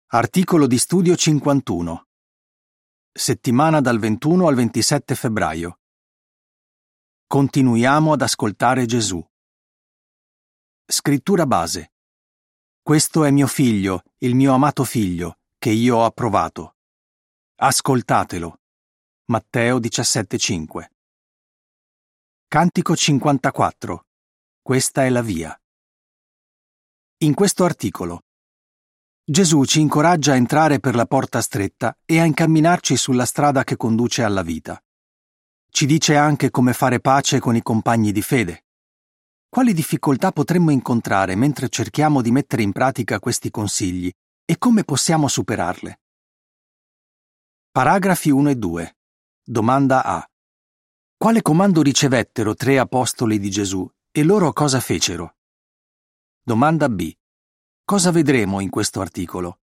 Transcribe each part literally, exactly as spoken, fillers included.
Articolo di studio cinquantuno. Settimana dal ventuno al ventisette febbraio. Continuiamo ad ascoltare Gesù. Scrittura base. Questo è mio figlio, il mio amato figlio, che io ho approvato. Ascoltatelo. Matteo diciassette cinque. Cantico cinquantaquattro. Questa è la via. In questo articolo Gesù ci incoraggia a entrare per la porta stretta e a incamminarci sulla strada che conduce alla vita. Ci dice anche come fare pace con i compagni di fede. Quali difficoltà potremmo incontrare mentre cerchiamo di mettere in pratica questi consigli e come possiamo superarle? Paragrafi uno e due. Domanda A. Quale comando ricevettero tre apostoli di Gesù e loro cosa fecero? Domanda B. Cosa vedremo in questo articolo?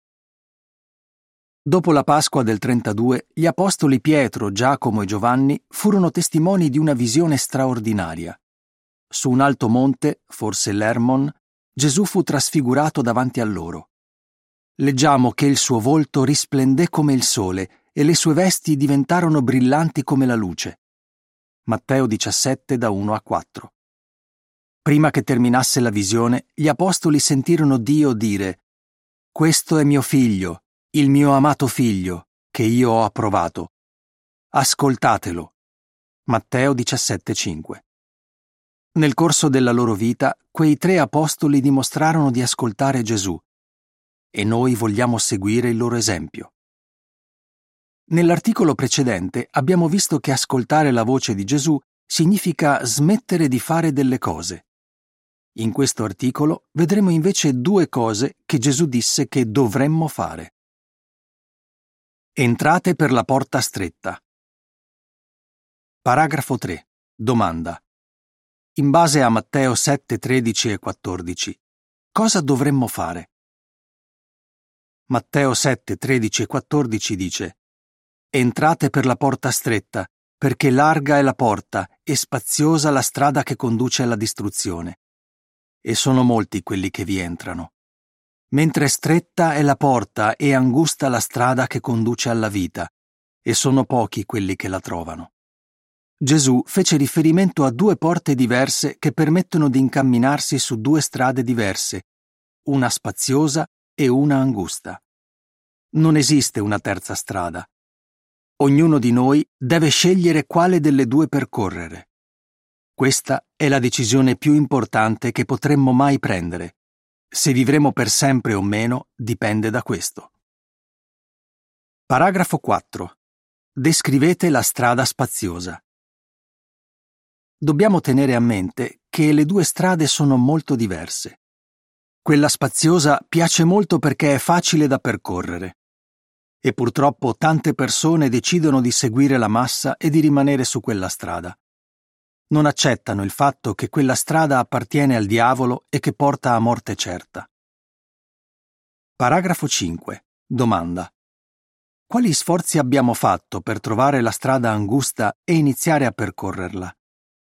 Dopo la Pasqua del trentadue, gli apostoli Pietro, Giacomo e Giovanni furono testimoni di una visione straordinaria. Su un alto monte, forse l'Hermon, Gesù fu trasfigurato davanti a loro. Leggiamo che il suo volto risplendé come il sole e le sue vesti diventarono brillanti come la luce. Matteo diciassette da uno a quattro. Prima che terminasse la visione, gli apostoli sentirono Dio dire: «Questo è mio figlio, il mio amato figlio, che io ho approvato. Ascoltatelo». Matteo diciassette cinque. Nel corso della loro vita, quei tre apostoli dimostrarono di ascoltare Gesù, e noi vogliamo seguire il loro esempio. Nell'articolo precedente abbiamo visto che ascoltare la voce di Gesù significa smettere di fare delle cose. In questo articolo vedremo invece due cose che Gesù disse che dovremmo fare. Entrate per la porta stretta. Paragrafo tre. Domanda. In base a Matteo sette tredici e quattordici, cosa dovremmo fare? Matteo sette tredici e quattordici dice: «Entrate per la porta stretta, perché larga è la porta e spaziosa la strada che conduce alla distruzione. E sono molti quelli che vi entrano. Mentre stretta è la porta e angusta la strada che conduce alla vita, e sono pochi quelli che la trovano». Gesù fece riferimento a due porte diverse che permettono di incamminarsi su due strade diverse, una spaziosa e una angusta. Non esiste una terza strada. Ognuno di noi deve scegliere quale delle due percorrere. Questa è la decisione più importante che potremmo mai prendere. Se vivremo per sempre o meno dipende da questo. Paragrafo quattro. Descrivete la strada spaziosa. Dobbiamo tenere a mente che le due strade sono molto diverse. Quella spaziosa piace molto perché è facile da percorrere. E purtroppo tante persone decidono di seguire la massa e di rimanere su quella strada. Non accettano il fatto che quella strada appartiene al diavolo e che porta a morte certa. Paragrafo cinque. Domanda. Quali sforzi abbiamo fatto per trovare la strada angusta e iniziare a percorrerla?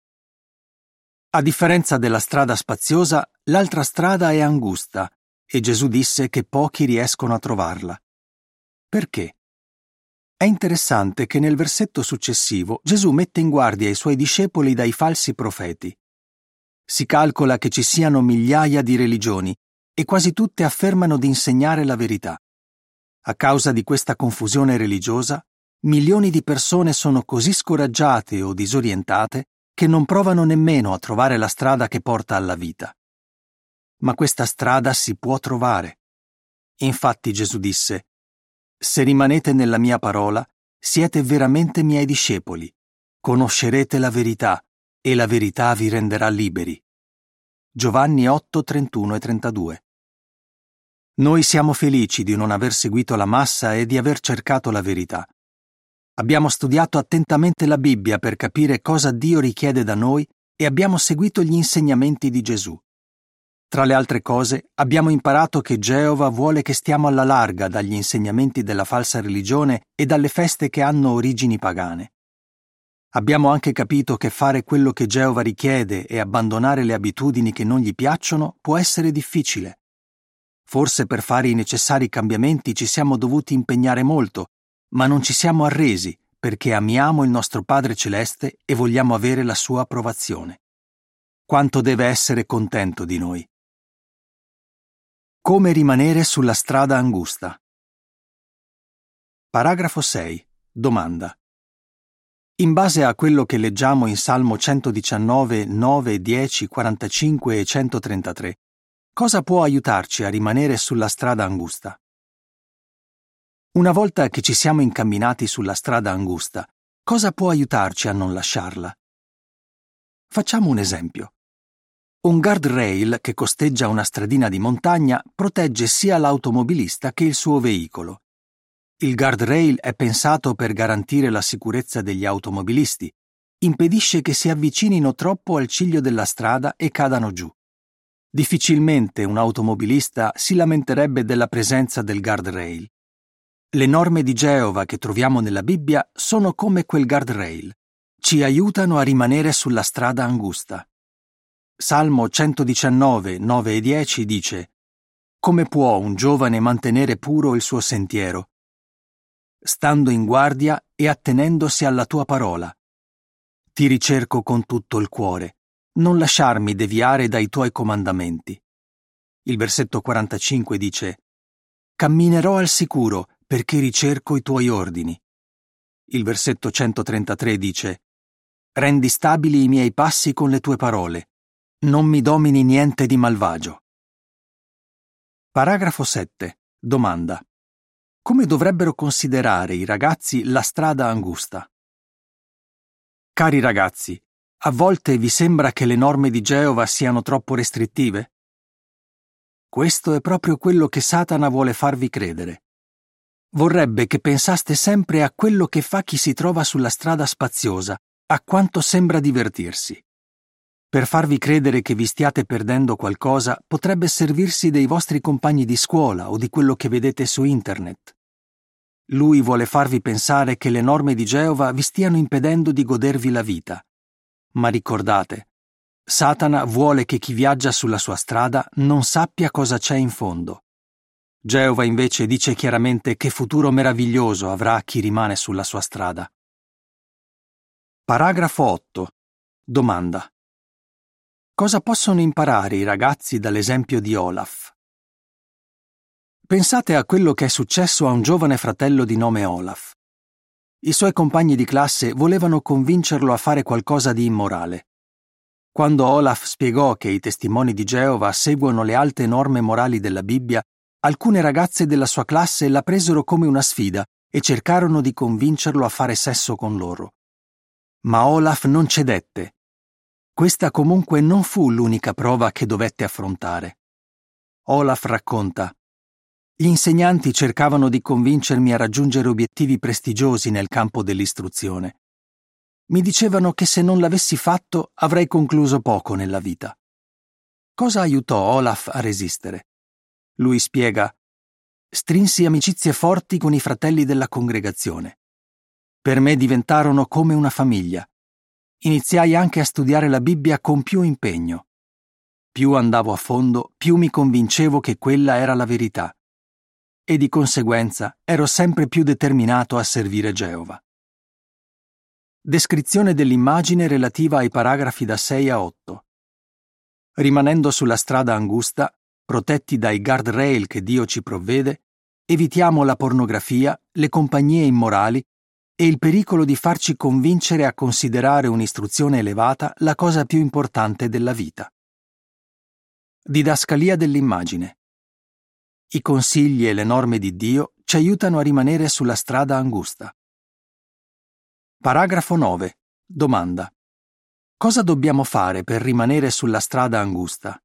A differenza della strada spaziosa, l'altra strada è angusta e Gesù disse che pochi riescono a trovarla. Perché? È interessante che nel versetto successivo Gesù mette in guardia i suoi discepoli dai falsi profeti. Si calcola che ci siano migliaia di religioni e quasi tutte affermano di insegnare la verità. A causa di questa confusione religiosa, milioni di persone sono così scoraggiate o disorientate che non provano nemmeno a trovare la strada che porta alla vita. Ma questa strada si può trovare. Infatti Gesù disse: «Se rimanete nella mia parola, siete veramente miei discepoli. Conoscerete la verità, e la verità vi renderà liberi». Giovanni otto trentuno e trentadue. Noi siamo felici di non aver seguito la massa e di aver cercato la verità. Abbiamo studiato attentamente la Bibbia per capire cosa Dio richiede da noi e abbiamo seguito gli insegnamenti di Gesù. Tra le altre cose, abbiamo imparato che Geova vuole che stiamo alla larga dagli insegnamenti della falsa religione e dalle feste che hanno origini pagane. Abbiamo anche capito che fare quello che Geova richiede e abbandonare le abitudini che non gli piacciono può essere difficile. Forse per fare i necessari cambiamenti ci siamo dovuti impegnare molto, ma non ci siamo arresi perché amiamo il nostro Padre Celeste e vogliamo avere la sua approvazione. Quanto deve essere contento di noi. Come rimanere sulla strada angusta? Paragrafo sei. Domanda. In base a quello che leggiamo in Salmo centodiciannove, nove, dieci, quarantacinque e centotrentatré, cosa può aiutarci a rimanere sulla strada angusta? Una volta che ci siamo incamminati sulla strada angusta, cosa può aiutarci a non lasciarla? Facciamo un esempio. Un guardrail che costeggia una stradina di montagna protegge sia l'automobilista che il suo veicolo. Il guardrail è pensato per garantire la sicurezza degli automobilisti, impedisce che si avvicinino troppo al ciglio della strada e cadano giù. Difficilmente un automobilista si lamenterebbe della presenza del guardrail. Le norme di Geova che troviamo nella Bibbia sono come quel guardrail. Ci aiutano a rimanere sulla strada angusta. Salmo centodiciannove, nove e dieci dice: Come può un giovane mantenere puro il suo sentiero? Stando in guardia e attenendosi alla tua parola. Ti ricerco con tutto il cuore, non lasciarmi deviare dai tuoi comandamenti. Il versetto quarantacinque dice: Camminerò al sicuro perché ricerco i tuoi ordini. Il versetto centotrentatré dice: Rendi stabili i miei passi con le tue parole, non mi domini niente di malvagio. Paragrafo sette. Domanda. Come dovrebbero considerare i ragazzi la strada angusta? Cari ragazzi, a volte vi sembra che le norme di Geova siano troppo restrittive? Questo è proprio quello che Satana vuole farvi credere. Vorrebbe che pensaste sempre a quello che fa chi si trova sulla strada spaziosa, a quanto sembra divertirsi. Per farvi credere che vi stiate perdendo qualcosa, potrebbe servirsi dei vostri compagni di scuola o di quello che vedete su internet. Lui vuole farvi pensare che le norme di Geova vi stiano impedendo di godervi la vita. Ma ricordate, Satana vuole che chi viaggia sulla sua strada non sappia cosa c'è in fondo. Geova invece dice chiaramente che futuro meraviglioso avrà chi rimane sulla sua strada. Paragrafo otto. Domanda. Cosa possono imparare i ragazzi dall'esempio di Olaf? Pensate a quello che è successo a un giovane fratello di nome Olaf. I suoi compagni di classe volevano convincerlo a fare qualcosa di immorale. Quando Olaf spiegò che i testimoni di Geova seguono le alte norme morali della Bibbia, alcune ragazze della sua classe la presero come una sfida e cercarono di convincerlo a fare sesso con loro. Ma Olaf non cedette. Questa comunque non fu l'unica prova che dovette affrontare. Olaf racconta: Gli insegnanti cercavano di convincermi a raggiungere obiettivi prestigiosi nel campo dell'istruzione. Mi dicevano che se non l'avessi fatto avrei concluso poco nella vita. Cosa aiutò Olaf a resistere? Lui spiega: Strinsi amicizie forti con i fratelli della congregazione. Per me diventarono come una famiglia. Iniziai anche a studiare la Bibbia con più impegno. Più andavo a fondo, più mi convincevo che quella era la verità. E di conseguenza ero sempre più determinato a servire Geova. Descrizione dell'immagine relativa ai paragrafi da sei a otto. Rimanendo sulla strada angusta, protetti dai guardrail che Dio ci provvede, evitiamo la pornografia, le compagnie immorali e il pericolo di farci convincere a considerare un'istruzione elevata la cosa più importante della vita. Didascalia dell'immagine. I consigli e le norme di Dio ci aiutano a rimanere sulla strada angusta. Paragrafo nove. Domanda. Cosa dobbiamo fare per rimanere sulla strada angusta?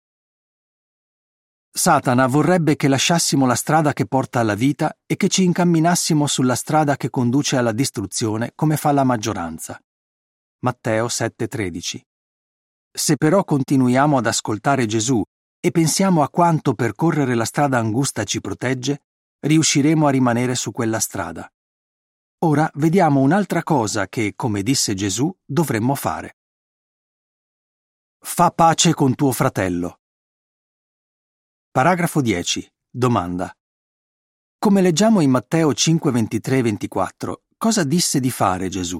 Satana vorrebbe che lasciassimo la strada che porta alla vita e che ci incamminassimo sulla strada che conduce alla distruzione, come fa la maggioranza. Matteo sette tredici. Se però continuiamo ad ascoltare Gesù e pensiamo a quanto percorrere la strada angusta ci protegge, riusciremo a rimanere su quella strada. Ora vediamo un'altra cosa che, come disse Gesù, dovremmo fare. Fa pace con tuo fratello. Paragrafo dieci. Domanda. Come leggiamo in Matteo cinque ventitré ventiquattro, cosa disse di fare Gesù?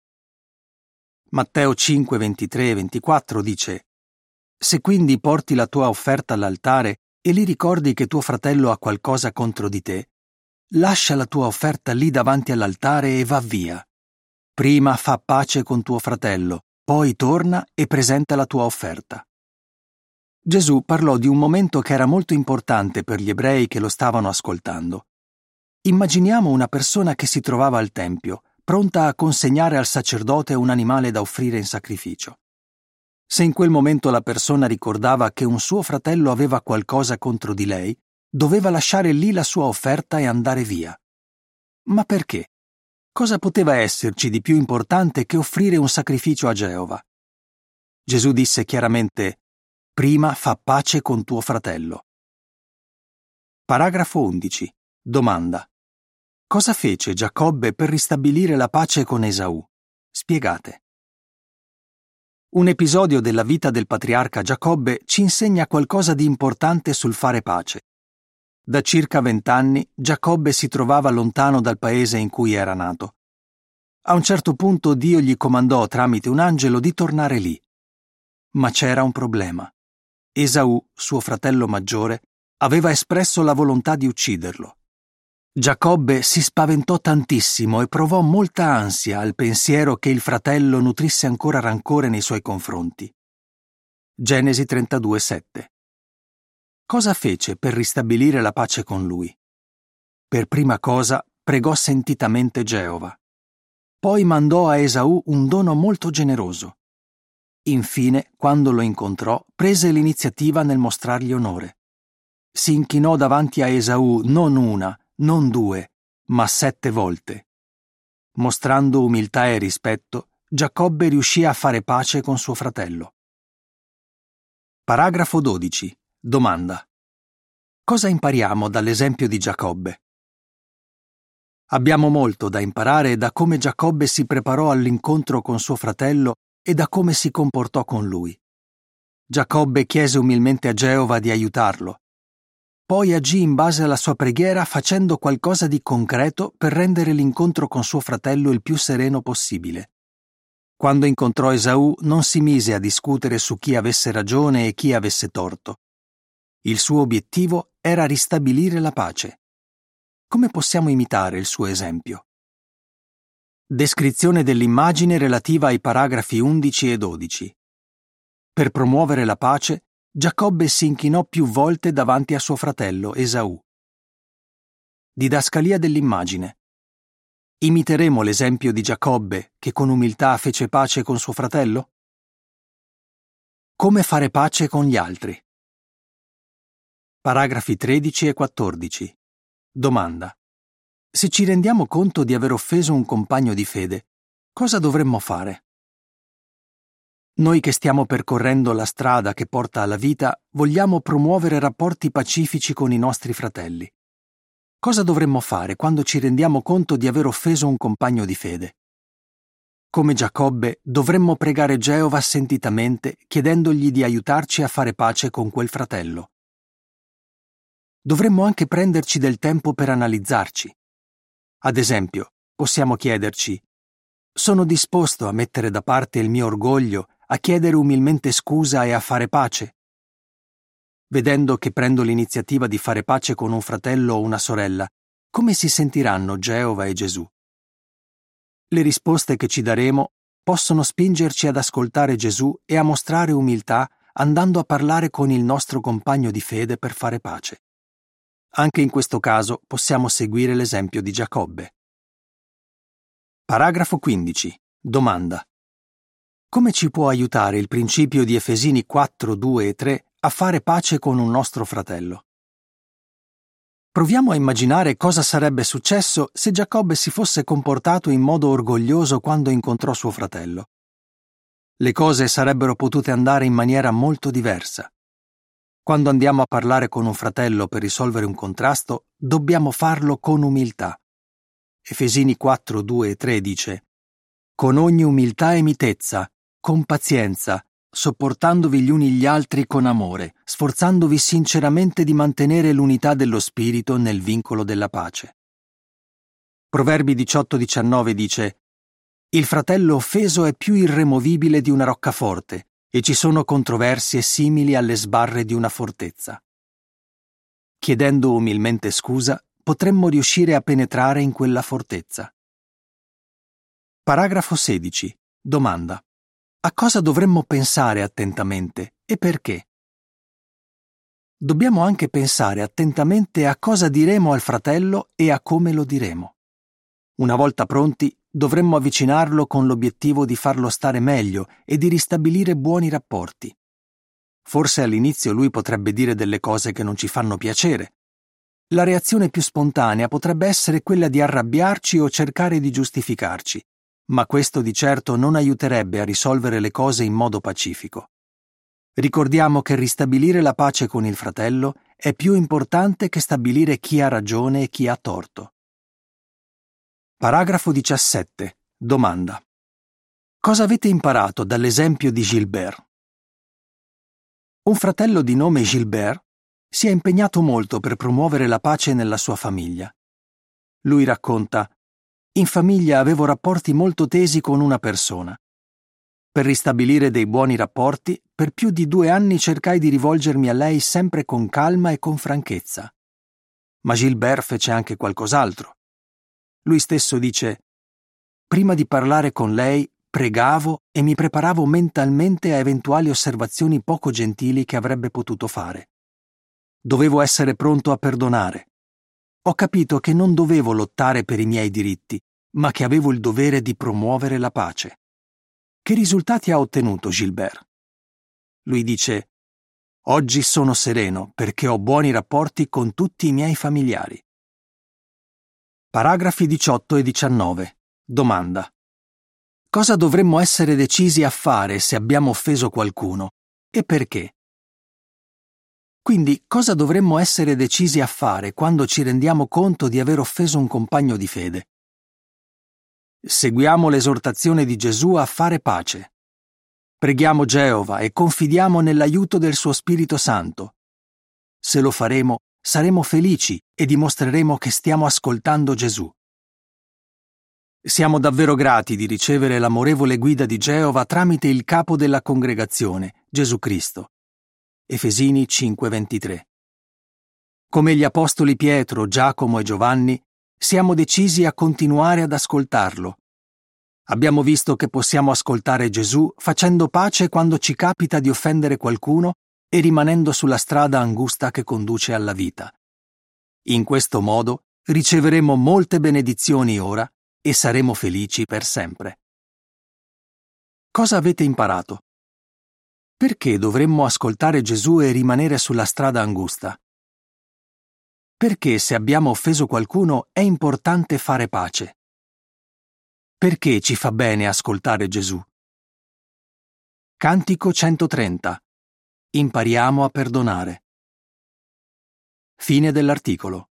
Matteo cinque ventitré ventiquattro dice: Se quindi porti la tua offerta all'altare e lì ricordi che tuo fratello ha qualcosa contro di te, lascia la tua offerta lì davanti all'altare e va via. Prima fa pace con tuo fratello, poi torna e presenta la tua offerta. Gesù parlò di un momento che era molto importante per gli ebrei che lo stavano ascoltando. Immaginiamo una persona che si trovava al tempio, pronta a consegnare al sacerdote un animale da offrire in sacrificio. Se in quel momento la persona ricordava che un suo fratello aveva qualcosa contro di lei, doveva lasciare lì la sua offerta e andare via. Ma perché? Cosa poteva esserci di più importante che offrire un sacrificio a Geova? Gesù disse chiaramente: prima fa pace con tuo fratello. Paragrafo undici. Domanda. Cosa fece Giacobbe per ristabilire la pace con Esaù? Spiegate. Un episodio della vita del patriarca Giacobbe ci insegna qualcosa di importante sul fare pace. Da circa vent'anni Giacobbe si trovava lontano dal paese in cui era nato. A un certo punto Dio gli comandò tramite un angelo di tornare lì. Ma c'era un problema. Esaù, suo fratello maggiore, aveva espresso la volontà di ucciderlo. Giacobbe si spaventò tantissimo e provò molta ansia al pensiero che il fratello nutrisse ancora rancore nei suoi confronti. Genesi trentadue sette. Cosa fece per ristabilire la pace con lui? Per prima cosa pregò sentitamente Geova. Poi mandò a Esaù un dono molto generoso. Infine, quando lo incontrò, prese l'iniziativa nel mostrargli onore. Si inchinò davanti a Esaù non una, non due, ma sette volte. Mostrando umiltà e rispetto, Giacobbe riuscì a fare pace con suo fratello. Paragrafo dodici. Domanda. Cosa impariamo dall'esempio di Giacobbe? Abbiamo molto da imparare da come Giacobbe si preparò all'incontro con suo fratello e da come si comportò con lui. Giacobbe chiese umilmente a Geova di aiutarlo. Poi agì in base alla sua preghiera facendo qualcosa di concreto per rendere l'incontro con suo fratello il più sereno possibile. Quando incontrò Esaù non si mise a discutere su chi avesse ragione e chi avesse torto. Il suo obiettivo era ristabilire la pace. Come possiamo imitare il suo esempio? Descrizione dell'immagine relativa ai paragrafi undici e dodici. Per promuovere la pace, Giacobbe si inchinò più volte davanti a suo fratello Esaù. Didascalia dell'immagine. Imiteremo l'esempio di Giacobbe che con umiltà fece pace con suo fratello? Come fare pace con gli altri? Paragrafi tredici e quattordici. Domanda. Se ci rendiamo conto di aver offeso un compagno di fede, cosa dovremmo fare? Noi che stiamo percorrendo la strada che porta alla vita, vogliamo promuovere rapporti pacifici con i nostri fratelli. Cosa dovremmo fare quando ci rendiamo conto di aver offeso un compagno di fede? Come Giacobbe, dovremmo pregare Geova sentitamente, chiedendogli di aiutarci a fare pace con quel fratello. Dovremmo anche prenderci del tempo per analizzarci. Ad esempio, possiamo chiederci: sono disposto a mettere da parte il mio orgoglio, a chiedere umilmente scusa e a fare pace? Vedendo che prendo l'iniziativa di fare pace con un fratello o una sorella, come si sentiranno Geova e Gesù? Le risposte che ci daremo possono spingerci ad ascoltare Gesù e a mostrare umiltà andando a parlare con il nostro compagno di fede per fare pace. Anche in questo caso possiamo seguire l'esempio di Giacobbe. Paragrafo quindici. Domanda. Come ci può aiutare il principio di Efesini quattro, due e tre a fare pace con un nostro fratello? Proviamo a immaginare cosa sarebbe successo se Giacobbe si fosse comportato in modo orgoglioso quando incontrò suo fratello. Le cose sarebbero potute andare in maniera molto diversa. Quando andiamo a parlare con un fratello per risolvere un contrasto, dobbiamo farlo con umiltà. Efesini quattro, due e tre dice: con ogni umiltà e mitezza, con pazienza, sopportandovi gli uni gli altri con amore, sforzandovi sinceramente di mantenere l'unità dello spirito nel vincolo della pace. Proverbi diciotto diciannove dice: Il fratello offeso è più irremovibile di una roccaforte, e ci sono controversie simili alle sbarre di una fortezza. Chiedendo umilmente scusa, potremmo riuscire a penetrare in quella fortezza. Paragrafo sedici. Domanda: a cosa dovremmo pensare attentamente e perché? Dobbiamo anche pensare attentamente a cosa diremo al fratello e a come lo diremo. Una volta pronti, dovremmo avvicinarlo con l'obiettivo di farlo stare meglio e di ristabilire buoni rapporti. Forse all'inizio lui potrebbe dire delle cose che non ci fanno piacere. La reazione più spontanea potrebbe essere quella di arrabbiarci o cercare di giustificarci, ma questo di certo non aiuterebbe a risolvere le cose in modo pacifico. Ricordiamo che ristabilire la pace con il fratello è più importante che stabilire chi ha ragione e chi ha torto. Paragrafo diciassette. Domanda: cosa avete imparato dall'esempio di Gilbert? Un fratello di nome Gilbert si è impegnato molto per promuovere la pace nella sua famiglia. Lui racconta: in famiglia avevo rapporti molto tesi con una persona. Per ristabilire dei buoni rapporti, per più di due anni cercai di rivolgermi a lei sempre con calma e con franchezza. Ma Gilbert fece anche qualcos'altro. Lui stesso dice: prima di parlare con lei, pregavo e mi preparavo mentalmente a eventuali osservazioni poco gentili che avrebbe potuto fare. Dovevo essere pronto a perdonare. Ho capito che non dovevo lottare per i miei diritti, ma che avevo il dovere di promuovere la pace. Che risultati ha ottenuto Gilbert? Lui dice: oggi sono sereno perché ho buoni rapporti con tutti i miei familiari. Paragrafi diciotto e diciannove. Domanda: cosa dovremmo essere decisi a fare se abbiamo offeso qualcuno e perché? Quindi, cosa dovremmo essere decisi a fare quando ci rendiamo conto di aver offeso un compagno di fede? Seguiamo l'esortazione di Gesù a fare pace. Preghiamo Geova e confidiamo nell'aiuto del suo Spirito Santo. Se lo faremo, saremo felici e dimostreremo che stiamo ascoltando Gesù. Siamo davvero grati di ricevere l'amorevole guida di Geova tramite il capo della congregazione, Gesù Cristo. Efesini cinque ventitré. Come gli apostoli Pietro, Giacomo e Giovanni, siamo decisi a continuare ad ascoltarlo. Abbiamo visto che possiamo ascoltare Gesù facendo pace quando ci capita di offendere qualcuno e rimanendo sulla strada angusta che conduce alla vita. In questo modo riceveremo molte benedizioni ora e saremo felici per sempre. Cosa avete imparato? Perché dovremmo ascoltare Gesù e rimanere sulla strada angusta? Perché se abbiamo offeso qualcuno è importante fare pace? Perché ci fa bene ascoltare Gesù? Cantico centotrenta. Impariamo a perdonare. Fine dell'articolo.